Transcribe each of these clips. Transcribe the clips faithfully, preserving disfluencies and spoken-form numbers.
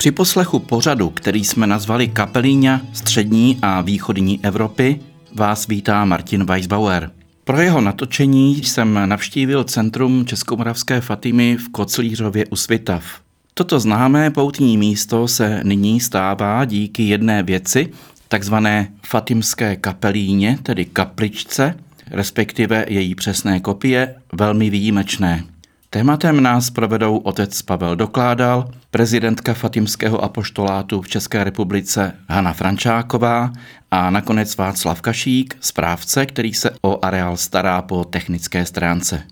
Při poslechu pořadu, který jsme nazvali Kapelíňa střední a východní Evropy, vás vítá Martin Weisbauer. Pro jeho natočení jsem navštívil centrum Českomoravské Fatimy v Koclířově u Svitav. Toto známé poutní místo se nyní stává díky jedné věci, takzvané fatimské kapelíně, tedy kapličce, respektive její přesné kopie, velmi výjimečné. Tématem nás provedou otec Pavel Dokládal, prezidentka Fatimského apoštolátu v České republice Hana Frančáková a nakonec Václav Kašík, správce, který se o areál stará po technické stránce.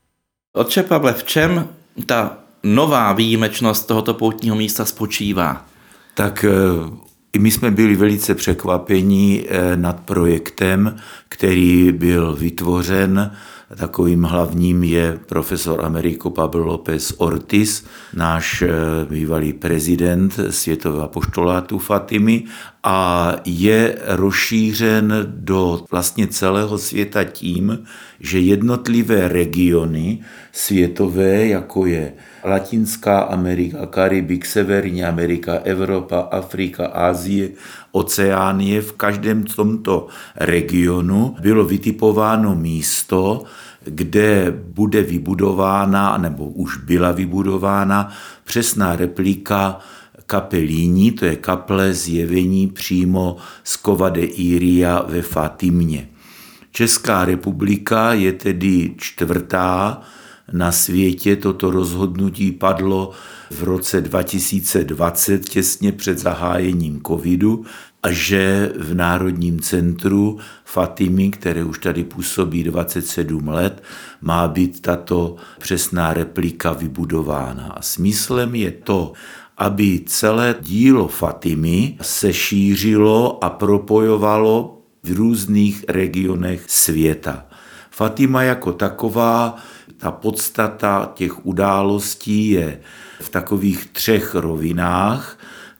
Otče Pavle, v čem ta nová výjimečnost tohoto poutního místa spočívá? Tak i my jsme byli velice překvapeni nad projektem, který byl vytvořen. Takovým hlavním je profesor Americo Pablo López Ortiz, náš bývalý prezident Světového apoštolátu Fatimy, a je rozšířen do vlastně celého světa tím, že jednotlivé regiony světové, jako je Latinská Amerika, Karibik, Severní Amerika, Evropa, Afrika, Asie, Oceánie, v každém tomto regionu bylo vytipováno místo, kde bude vybudována, nebo už byla vybudována přesná replika kapelíní, to je kaple zjevení přímo z Cova de Iria ve Fatimě. Česká republika je tedy čtvrtá na světě. Toto rozhodnutí padlo v roce dva tisíce dvacet, těsně před zahájením covidu, a že v Národním centru Fatimy, které už tady působí dvacet sedm let, má být tato přesná replika vybudována. A smyslem je to, aby celé dílo Fatimy se šířilo a propojovalo v různých regionech světa. Fatima jako taková, ta podstata těch událostí je v takových třech rovinách: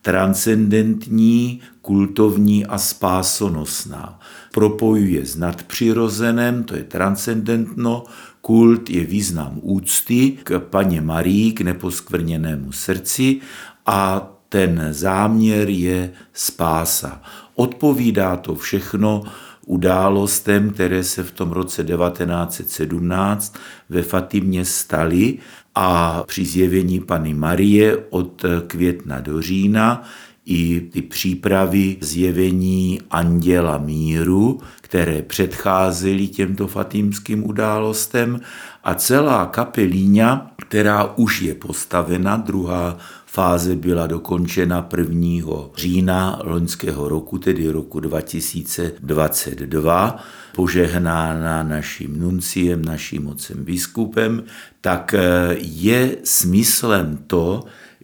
transcendentní, kultovní a spásonosná. Propojuje s nadpřirozeném, to je transcendentno, kult je význam úcty k Panně Marii, k neposkvrněnému srdci, a ten záměr je spása. Odpovídá to všechno událostem, které se v tom roce devatenáct set sedmnáct ve Fatimě staly, a při zjevení Panny Marie od května do října i ty přípravy zjevení Anděla míru, které předcházely těmto fatimským událostem, a celá kapelíňa, která už je postavena, druhá fáze byla dokončena prvního října loňského roku, tedy roku dva tisíce dvacet dva, požehnána naším nunciem, naším otcem biskupem, tak je smyslem to,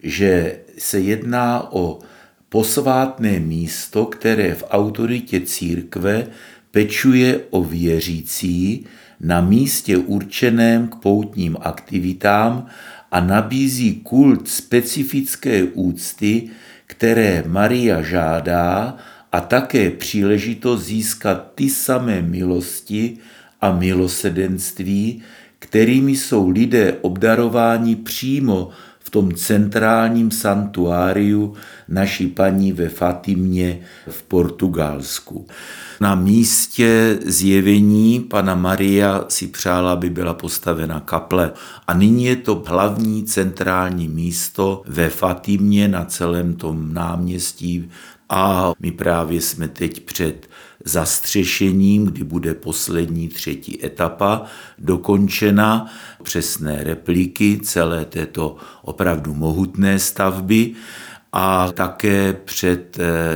že se jedná o posvátné místo, které v autoritě církve pečuje o věřící na místě určeném k poutním aktivitám a nabízí kult specifické úcty, které Maria žádá, a také příležitost získat ty samé milosti a milosedenství, kterými jsou lidé obdarováni přímo v tom centrálním sanktuáriu naší Paní ve Fatimě v Portugalsku. Na místě zjevení Panna Maria si přála, aby byla postavena kaple. A nyní je to hlavní centrální místo ve Fatimě na celém tom náměstí. A my právě jsme teď před zastřešením, kdy bude poslední třetí etapa dokončena, přesné repliky celé této opravdu mohutné stavby, a také před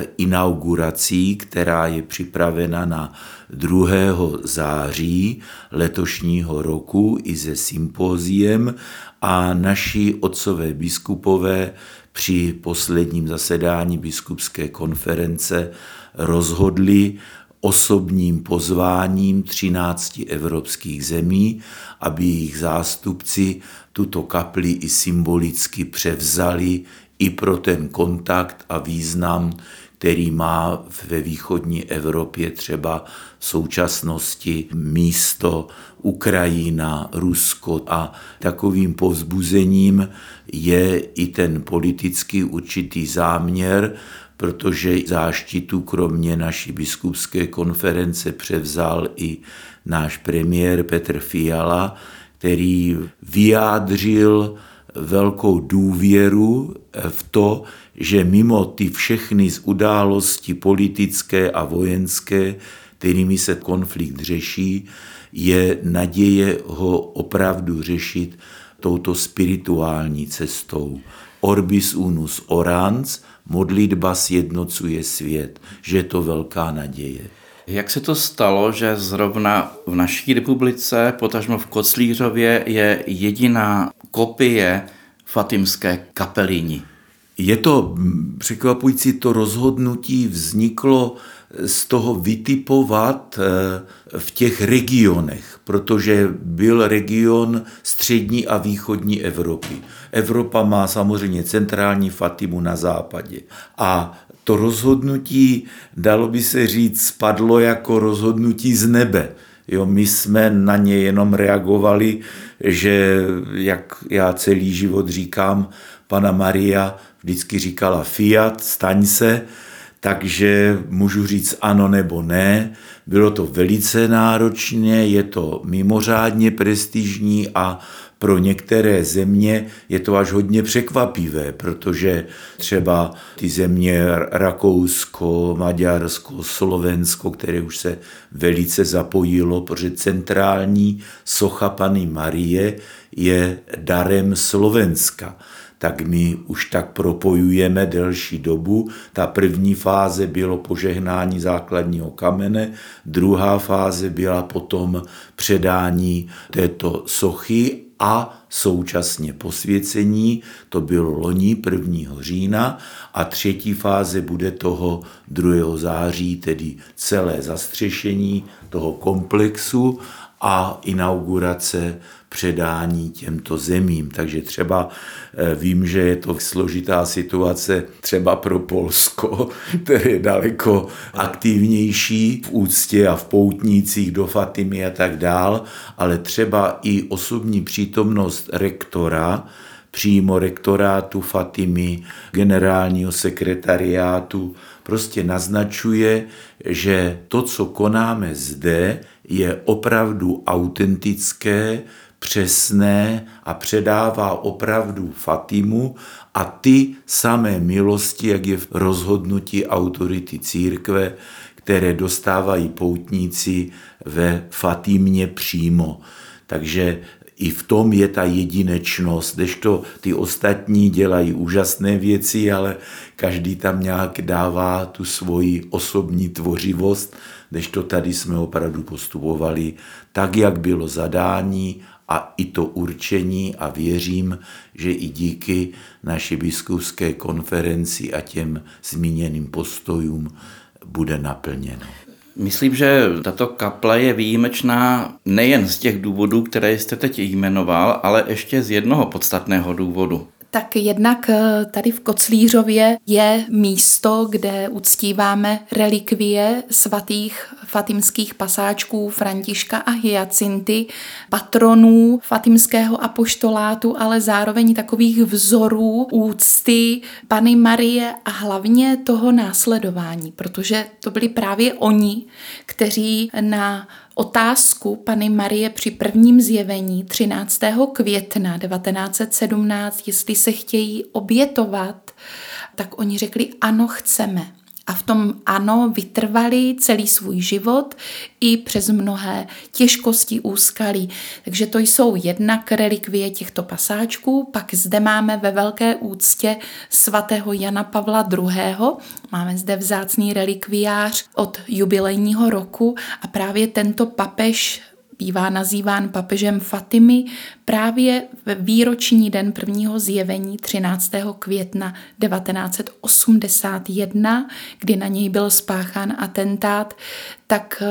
inaugurací, která je připravena na druhého září letošního roku i se sympóziem, a naši otcové biskupové při posledním zasedání biskupské konference rozhodli osobním pozváním třinácti evropských zemí, aby jejich zástupci tuto kapli i symbolicky převzali i pro ten kontakt a význam, který má ve východní Evropě třeba v současnosti místo Ukrajina, Rusko, a takovým povzbuzením je i ten politický určitý záměr, protože záštitu kromě naší biskupské konference převzal i náš premiér Petr Fiala, který vyjádřil velkou důvěru v to, že mimo ty všechny z události politické a vojenské, kterými se konflikt řeší, je naděje ho opravdu řešit touto spirituální cestou. Orbis unus orans, modlitba sjednocuje svět, že je to velká naděje. Jak se to stalo, že zrovna v naší republice, potažmo v Koclířově, je jediná kopie fatimské kapelíni? Je to překvapující, to rozhodnutí vzniklo z toho vytipovat v těch regionech, protože byl region střední a východní Evropy. Evropa má samozřejmě centrální Fatimu na západě. A to rozhodnutí, dalo by se říct, spadlo jako rozhodnutí z nebe. Jo, my jsme na ně jenom reagovali, že, jak já celý život říkám, Panna Maria vždycky říkala fiat, staň se, takže můžu říct ano nebo ne. Bylo to velice náročné, je to mimořádně prestižní a pro některé země je to až hodně překvapivé, protože třeba ty země Rakousko, Maďarsko, Slovensko, které už se velice zapojilo, protože centrální socha Panny Marie je darem Slovenska. Tak my už tak propojujeme delší dobu. Ta první fáze bylo požehnání základního kamene, druhá fáze byla potom předání této sochy a současně posvěcení, to bylo loni prvního října, a třetí fáze bude toho druhého září, tedy celé zastřešení toho komplexu a inaugurace předání těmto zemím. Takže třeba vím, že je to složitá situace třeba pro Polsko, které je daleko aktivnější v úctě a v poutnících do Fatimy a tak dál, ale třeba i osobní přítomnost rektora, přímo rektorátu Fatimy, generálního sekretariátu, prostě naznačuje, že to, co konáme zde, je opravdu autentické, přesné a předává opravdu Fatimu a ty samé milosti, jak je v rozhodnutí autority církve, které dostávají poutníci ve Fatimě přímo. Takže i v tom je ta jedinečnost, kdežto ty ostatní dělají úžasné věci, ale každý tam nějak dává tu svoji osobní tvořivost, kdežto tady jsme opravdu postupovali tak, jak bylo zadání a i to určení, a věřím, že i díky naší biskupské konferenci a těm zmíněným postojům bude naplněno. Myslím, že tato kaple je výjimečná nejen z těch důvodů, které jste teď jmenoval, ale ještě z jednoho podstatného důvodu. Tak jednak tady v Koclířově je místo, kde uctíváme relikvie svatých fatimských pasáčků Františka a Hyacinty, patronů fatimského apoštolátu, ale zároveň takových vzorů úcty Panny Marie a hlavně toho následování, protože to byli právě oni, kteří na otázku Panny Marie při prvním zjevení třináctého května devatenáct set sedmnáct, jestli se chtějí obětovat, tak oni řekli ano, chceme. A v tom ano vytrvali celý svůj život i přes mnohé těžkosti, úskalí. Takže to jsou jednak relikvie těchto pasáčků, pak zde máme ve velké úctě svatého Jana Pavla druhého. Máme zde vzácný relikviář od jubilejního roku a právě tento papež bývá nazýván papežem Fatimy právě ve výroční den prvního zjevení třináctého května devatenáct set osmdesát jedna, kdy na něj byl spáchán atentát, tak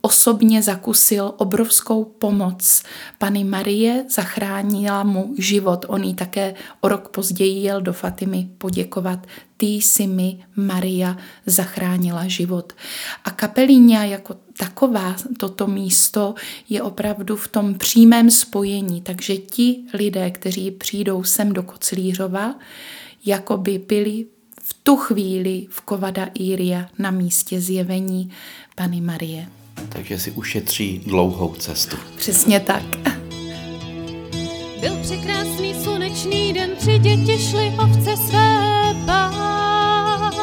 osobně zakusil obrovskou pomoc Panny Marie, zachránila mu život. On jí také o rok později jel do Fatimy poděkovat. Ty jsi mi, Maria, zachránila život. A Kapelíňa jako taková, toto místo je opravdu v tom přímém spojení, takže ti lidé, kteří přijdou sem do Koclířova, jako by byli v tu chvíli v Cova Iria na místě zjevení Panny Marie. Takže si ušetří dlouhou cestu. Přesně tak. Byl překrásný slunečný den, tři děti šly ovce své pást.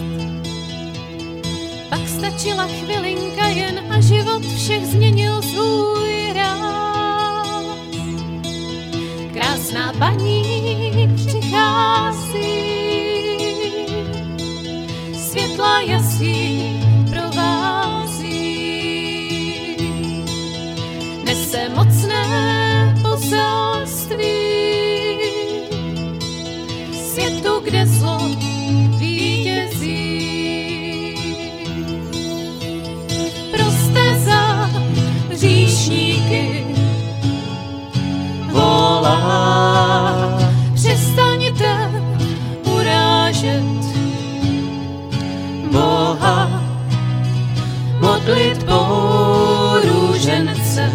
Pak stačila chvilinka jen a život všech změnil svůj ráz. Krásná paní přichází, světla jasí provází, nese mocné poselství světu, kde zlo vítězí. Proste za hříšníky volá, přestaňte urážet Boha, modlitbou růžence,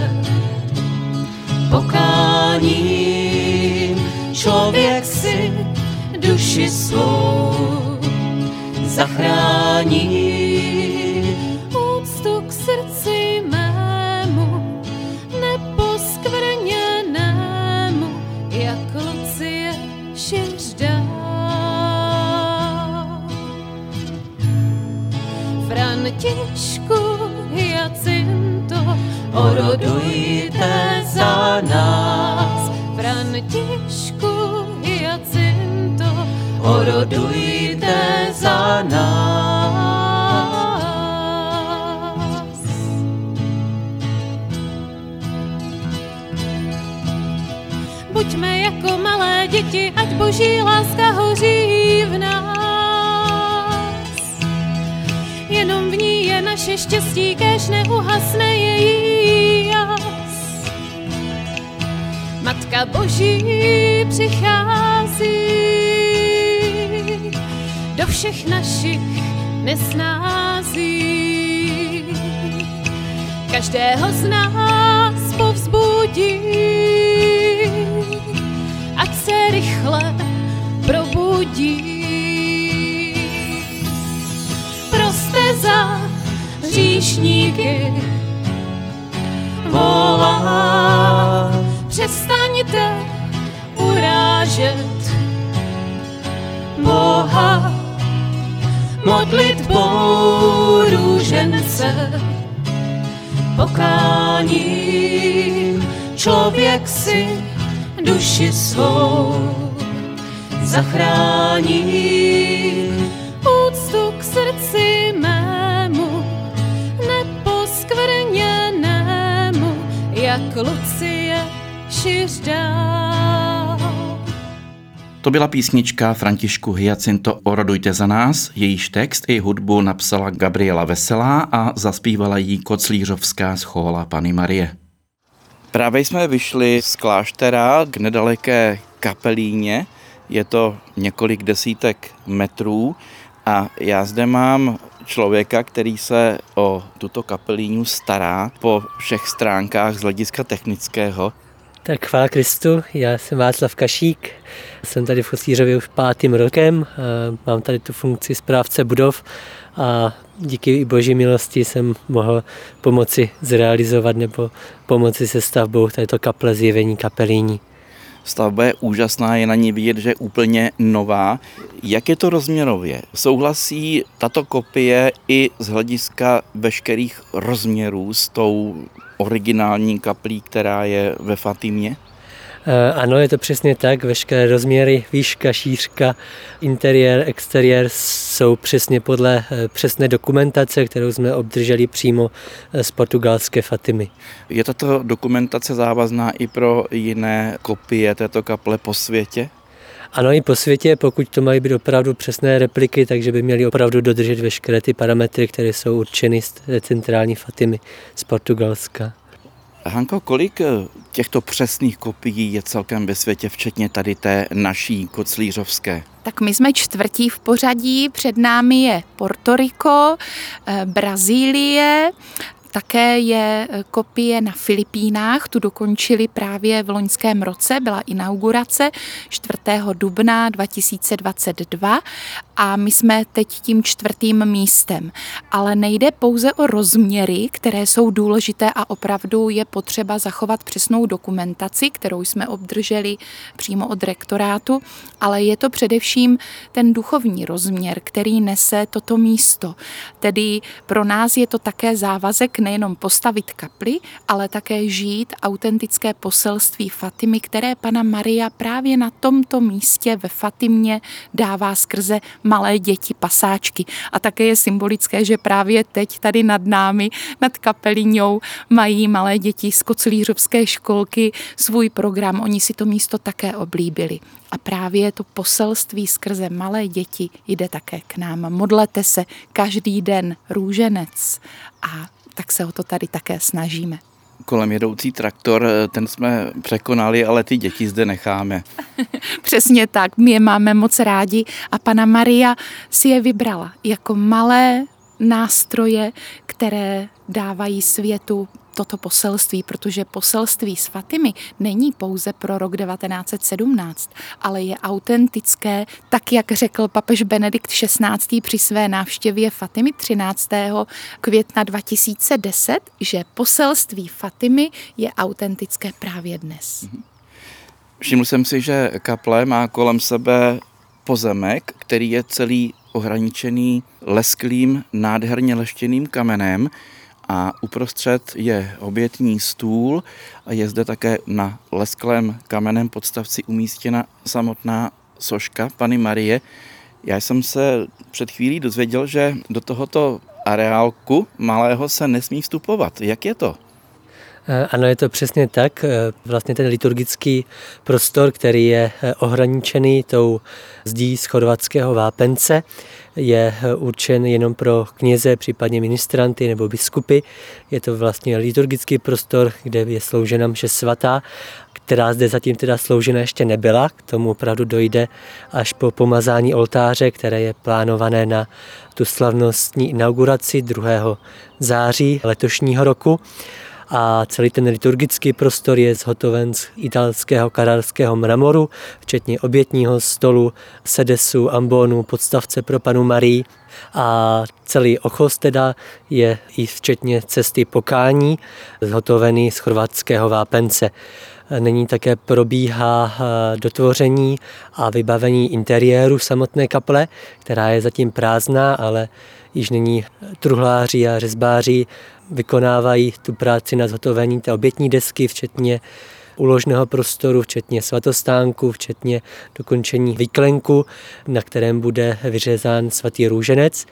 pokáním člověk si duši svou zachrání. Úctu k srdci mému, neposkvrněnému, jak Lucie Šiřdá. Františku, Hyacinto, orodujte za nás. Františku, Hyacinto, orodujte za nás. Buďme jako malé děti, ať boží láska hoří v nás. Jenom v ní je naše štěstí, kéž neuhasne její jas. Matka Boží přichází do všech našich nesnází. Každého z nás povzbudí, ať se rychle probudí. Proste za hříšníky volá, přestaňte urážet Boha, modlitbou růžence, pokáním člověk si duši svou zachrání. Úctu k srdci mému, neposkvrněnému, jak Lucie Šiřdá. To byla písnička Františku Hyacinto Orodujte za nás. Jejíž text i hudbu napsala Gabriela Veselá a zaspívala jí koclířovská schóla Panny Marie. Právě jsme vyšli z kláštera k nedaleké Kapelíně. Je to několik desítek metrů a já zde mám člověka, který se o tuto kapelínu stará po všech stránkách z hlediska technického. Tak chvála Kristu, já jsem Václav Kašík, jsem tady v Koclířově už pátým rokem, mám tady tu funkci správce budov a díky boží milosti jsem mohl pomoci zrealizovat nebo pomoci se stavbou této kaple zjevení Kapelíní. Stavba je úžasná, je na ní vidět, že je úplně nová. Jak je to rozměrově? Souhlasí tato kopie i z hlediska veškerých rozměrů s tou originální kaplí, která je ve Fatimě? Ano, je to přesně tak. Veškeré rozměry, výška, šířka, interiér, exteriér jsou přesně podle přesné dokumentace, kterou jsme obdrželi přímo z portugalské Fatimy. Je tato dokumentace závazná i pro jiné kopie této kaple po světě? Ano, i po světě, pokud to mají být opravdu přesné repliky, takže by měli opravdu dodržet veškeré ty parametry, které jsou určeny z centrální Fatimy z Portugalska. Hanko, kolik těchto přesných kopií je celkem ve světě, včetně tady té naší koclířovské? Tak my jsme čtvrtí v pořadí, před námi je Porto Rico, Brazílie, také je kopie na Filipínách, tu dokončili právě v loňském roce, byla inaugurace čtvrtého dubna dva tisíce dvacet dva a my jsme teď tím čtvrtým místem. Ale nejde pouze o rozměry, které jsou důležité a opravdu je potřeba zachovat přesnou dokumentaci, kterou jsme obdrželi přímo od rektorátu, ale je to především ten duchovní rozměr, který nese toto místo. Tedy pro nás je to také závazek nejenom postavit kapli, ale také žít autentické poselství Fatimy, které Panna Maria právě na tomto místě ve Fatimě dává skrze malé děti, pasáčky. A také je symbolické, že právě teď tady nad námi, nad kapeliňou, mají malé děti z koclířovské školky svůj program. Oni si to místo také oblíbili. A právě to poselství skrze malé děti jde také k nám. Modlete se každý den, růženec. A tak se o to tady také snažíme. Kolem jedoucí traktor, ten jsme překonali, ale ty děti zde necháme. Přesně tak, my je máme moc rádi a Panna Maria si je vybrala jako malé nástroje, které dávají světu toto poselství, protože poselství z Fatimy není pouze pro rok devatenáct set sedmnáct, ale je autentické, tak jak řekl papež Benedikt šestnáctý při své návštěvě Fatimy třináctého května dva tisíce deset, že poselství Fatimy je autentické právě dnes. Všiml jsem si, že kaple má kolem sebe pozemek, který je celý ohraničený lesklým, nádherně leštěným kamenem, a uprostřed je obětní stůl a je zde také na lesklém kamenném podstavci umístěna samotná soška Panny Marie. Já jsem se před chvílí dozvěděl, že do tohoto areálku malého se nesmí vstupovat. Jak je to? Ano, je to přesně tak. Vlastně ten liturgický prostor, který je ohraničený tou zdí z chorvatského vápence, je určen jenom pro kněze, případně ministranty nebo biskupy. Je to vlastně liturgický prostor, kde je sloužena mše svatá, která zde zatím teda sloužena ještě nebyla. K tomu opravdu dojde až po pomazání oltáře, které je plánované na tu slavnostní inauguraci druhého září letošního roku. A celý ten liturgický prostor je zhotoven z italského karrarského mramoru, včetně obětního stolu, sedesu, ambonu, podstavce pro Pannu Marii. A celý ochos teda je i včetně cesty pokání, zhotovený z chorvatského vápence. Nyní také probíhá dotvoření a vybavení interiéru samotné kaple, která je zatím prázdná, ale již nyní truhláři a řezbáři vykonávají tu práci na zhotovení té obětní desky, včetně úložného prostoru, včetně svatostánku, včetně dokončení výklenku, na kterém bude vyřezán svatý růženec.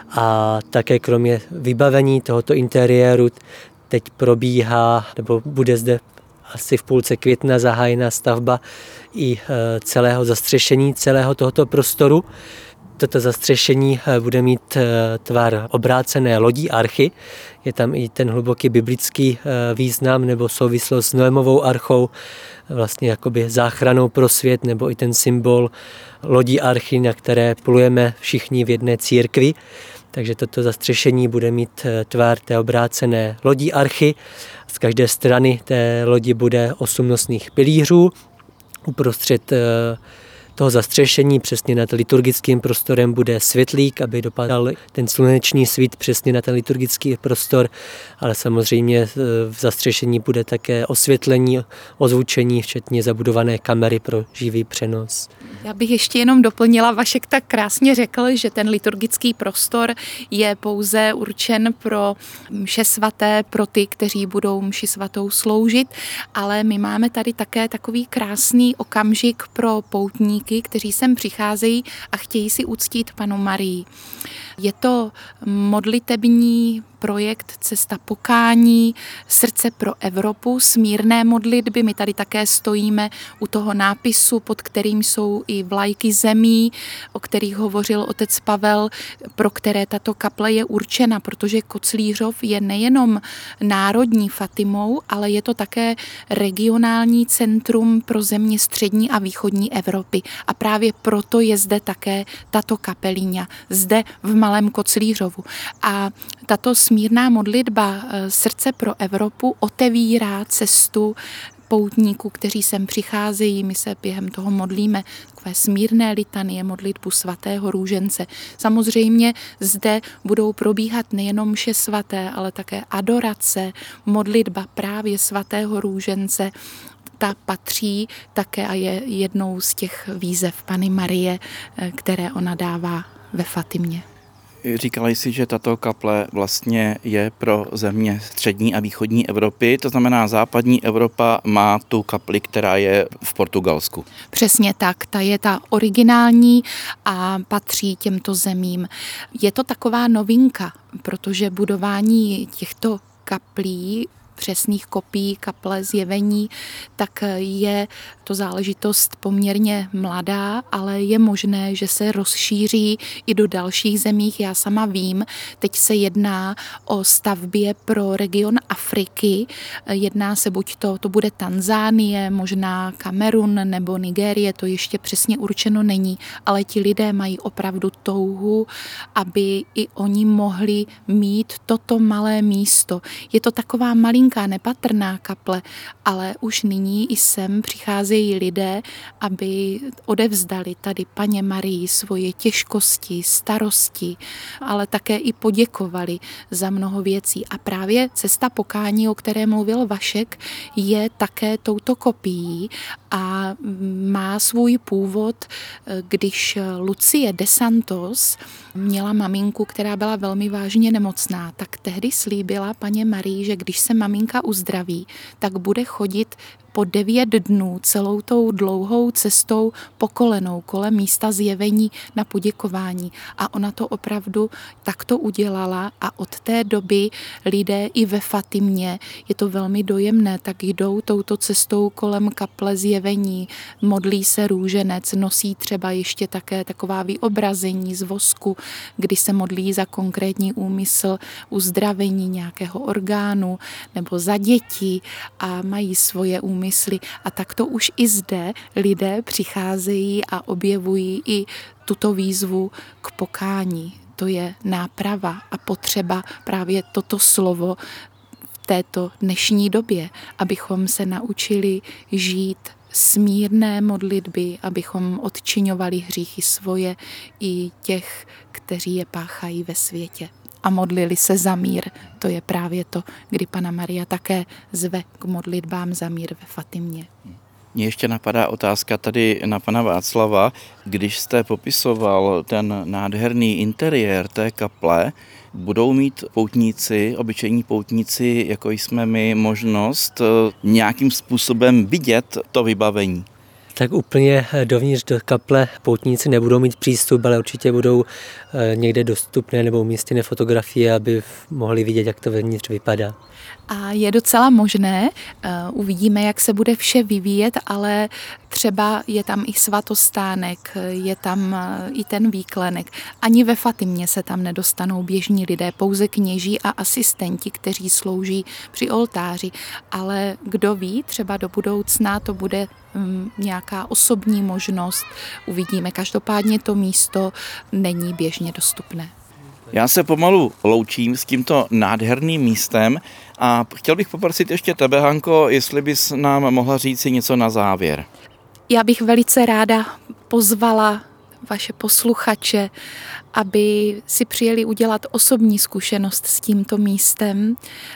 A také kromě vybavení tohoto interiéru teď probíhá, nebo bude zde asi v půlce května zahájena stavba i celého zastřešení celého tohoto prostoru. Toto zastřešení bude mít tvar obrácené lodí archy. Je tam i ten hluboký biblický význam nebo souvislost s Noémovou archou, vlastně jakoby záchranou pro svět, nebo i ten symbol lodí archy, na které plujeme všichni v jedné církvi. Takže toto zastřešení bude mít tvar té obrácené lodí archy. Z každé strany té lodi bude osm nosných pilířů. Uprostřed toho zastřešení přesně nad liturgickým prostorem bude světlík, aby dopadal ten slunečný svít přesně na ten liturgický prostor, ale samozřejmě v zastřešení bude také osvětlení, ozvučení, včetně zabudované kamery pro živý přenos. Já bych ještě jenom doplnila, Vašek tak krásně řekl, že ten liturgický prostor je pouze určen pro mše svaté, pro ty, kteří budou mši svatou sloužit, ale my máme tady také takový krásný okamžik pro poutníky, kteří sem přicházejí a chtějí si uctít Pannu Marii. Je to modlitební projekt Cesta pokání, Srdce pro Evropu, smírné modlitby. My tady také stojíme u toho nápisu, pod kterým jsou i vlajky zemí, o kterých hovořil otec Pavel, pro které tato kaple je určena, protože Koclířov je nejenom národní Fatimou, ale je to také regionální centrum pro země střední a východní Evropy. A právě proto je zde také tato kapelíňa, zde v Malém Koclířovu. A tato smírná modlitba Srdce pro Evropu otevírá cestu poutníků, kteří sem přicházejí. My se během toho modlíme takové smírné litanie, modlitbu svatého růžence. Samozřejmě zde budou probíhat nejenom mše svaté, ale také adorace, modlitba právě svatého růžence. Ta patří také a je jednou z těch výzev Panny Marie, které ona dává ve Fatimě. Říkala jsi, že tato kaple vlastně je pro země střední a východní Evropy, to znamená západní Evropa má tu kapli, která je v Portugalsku. Přesně tak, ta je ta originální a patří těmto zemím. Je to taková novinka, protože budování těchto kaplí, přesných kopií kaple Zjevení, tak je to záležitost poměrně mladá, ale je možné, že se rozšíří i do dalších zemích. Já sama vím, teď se jedná o stavbě pro region Afriky. Jedná se buď to, to bude Tanzánie, možná Kamerun nebo Nigérie, to ještě přesně určeno není, ale ti lidé mají opravdu touhu, aby i oni mohli mít toto malé místo. Je to taková malinká, nepatrná kaple, ale už nyní i sem přicházejí lidé, aby odevzdali tady Panně Marii svoje těžkosti, starosti, ale také i poděkovali za mnoho věcí. A právě cesta pokání, o které mluvil Vašek, je také touto kopií a má svůj původ, když Lucie de Santos měla maminku, která byla velmi vážně nemocná, tak tehdy slíbila Panně Marii, že když se maminka uzdraví, tak bude chodit po devět dnů celou tou dlouhou cestou po kolenou kolem místa zjevení na poděkování. A ona to opravdu takto udělala a od té doby lidé i ve Fatimě, je to velmi dojemné, tak jdou touto cestou kolem kaple zjevení, modlí se růženec, nosí třeba ještě také taková vyobrazení z vosku, kdy se modlí za konkrétní úmysl uzdravení nějakého orgánu nebo za děti a mají svoje úmysly. Mysli. A takto už i zde lidé přicházejí a objevují i tuto výzvu k pokání. To je náprava a potřeba právě toto slovo v této dnešní době, abychom se naučili žít smírné modlitby, abychom odčiňovali hříchy svoje i těch, kteří je páchají ve světě. A modlili se za mír. To je právě to, kdy Panna Maria také zve k modlitbám za mír ve Fatimě. Mně ještě napadá otázka tady na pana Václava. Když jste popisoval ten nádherný interiér té kaple, budou mít poutníci, obyčejní poutníci, jako jsme my, možnost nějakým způsobem vidět to vybavení? Tak úplně dovnitř do kaple poutníci nebudou mít přístup, ale určitě budou někde dostupné nebo umístěné fotografie, aby mohli vidět, jak to vevnitř vypadá. A je docela možné, uvidíme, jak se bude vše vyvíjet, ale třeba je tam i svatostánek, je tam i ten výklenek. Ani ve Fatimě se tam nedostanou běžní lidé, pouze kněží a asistenti, kteří slouží při oltáři. Ale kdo ví, třeba do budoucna to bude nějaká osobní možnost, uvidíme. Každopádně to místo není běžně dostupné. Já se pomalu loučím s tímto nádherným místem a chtěl bych poprosit ještě tebe, Hanko, jestli bys nám mohla říci něco na závěr. Já bych velice ráda pozvala vaše posluchače, aby si přijeli udělat osobní zkušenost s tímto místem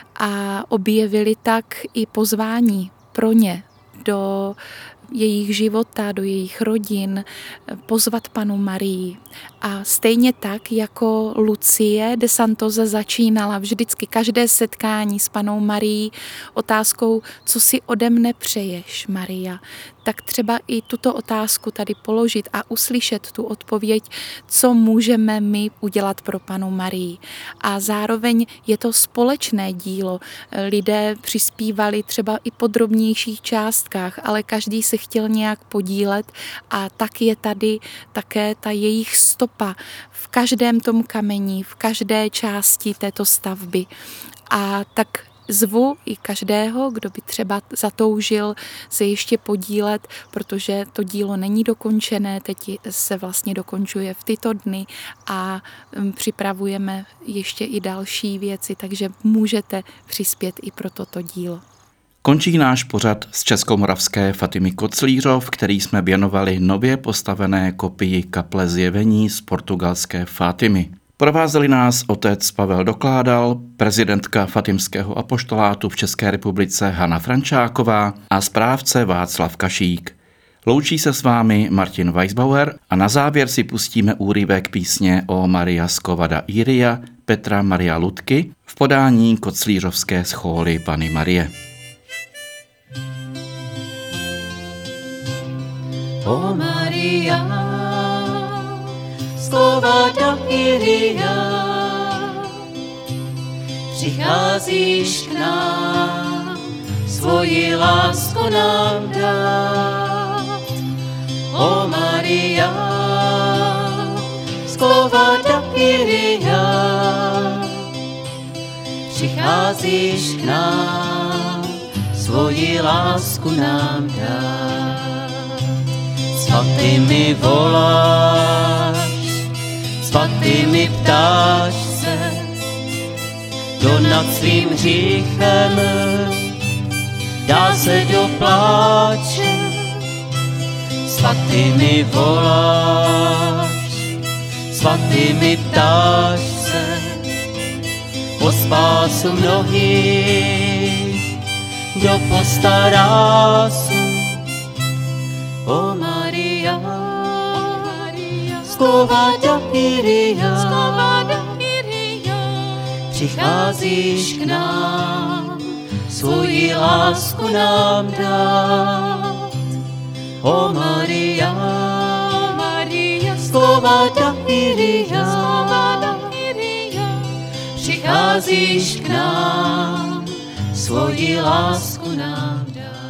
a objevili tak i pozvání pro ně do jejich života, do jejich rodin, pozvat Pannu Marii. A stejně tak, jako Lucie de Santos začínala vždycky každé setkání s Pannou Marií otázkou, co si ode mne přeješ, Maria, tak třeba i tuto otázku tady položit a uslyšet tu odpověď, co můžeme my udělat pro Pannu Marii. A zároveň je to společné dílo. Lidé přispívali třeba i po drobnějších částkách, ale každý se chtěl nějak podílet a tak je tady také ta jejich stopa v každém tom kameni, v každé části této stavby. A tak zvu i každého, kdo by třeba zatoužil se ještě podílet, protože to dílo není dokončené, teď se vlastně dokončuje v tyto dny a připravujeme ještě i další věci, takže můžete přispět i pro toto dílo. Končí náš pořad z českomoravské Fatimy Koclířov, který jsme věnovali nově postavené kopii kaple Zjevení z portugalské Fatimy. Provázeli nás otec Pavel Dokládal, prezidentka Fatimského apoštolátu v České republice Hana Frančáková a správce Václav Kašík. Loučí se s vámi Martin Weisbauer a na závěr si pustíme úryvek písně O Maria Scovada Iria Petra Maria Ludky v podání koclířovské schóly Panny Marie. O Maria Scovada Iria, přicházíš k nám, svoji lásku nám dát. O Maria Scovada Iria, přicházíš k nám, svoji lásku nám dát. Svatý mi voláš, svatý mi ptáš se, kdo nad svým hříchem dá se do pláče. Svatý mi voláš, svatý mi ptáš se, o spásu mnohých, kdo postará se. O Maria, Scovada Iria, přicházíš k nám, svoji lásku nám dát. O Maria, Scovada Iria, přicházíš k nám, svoji lásku nám dát.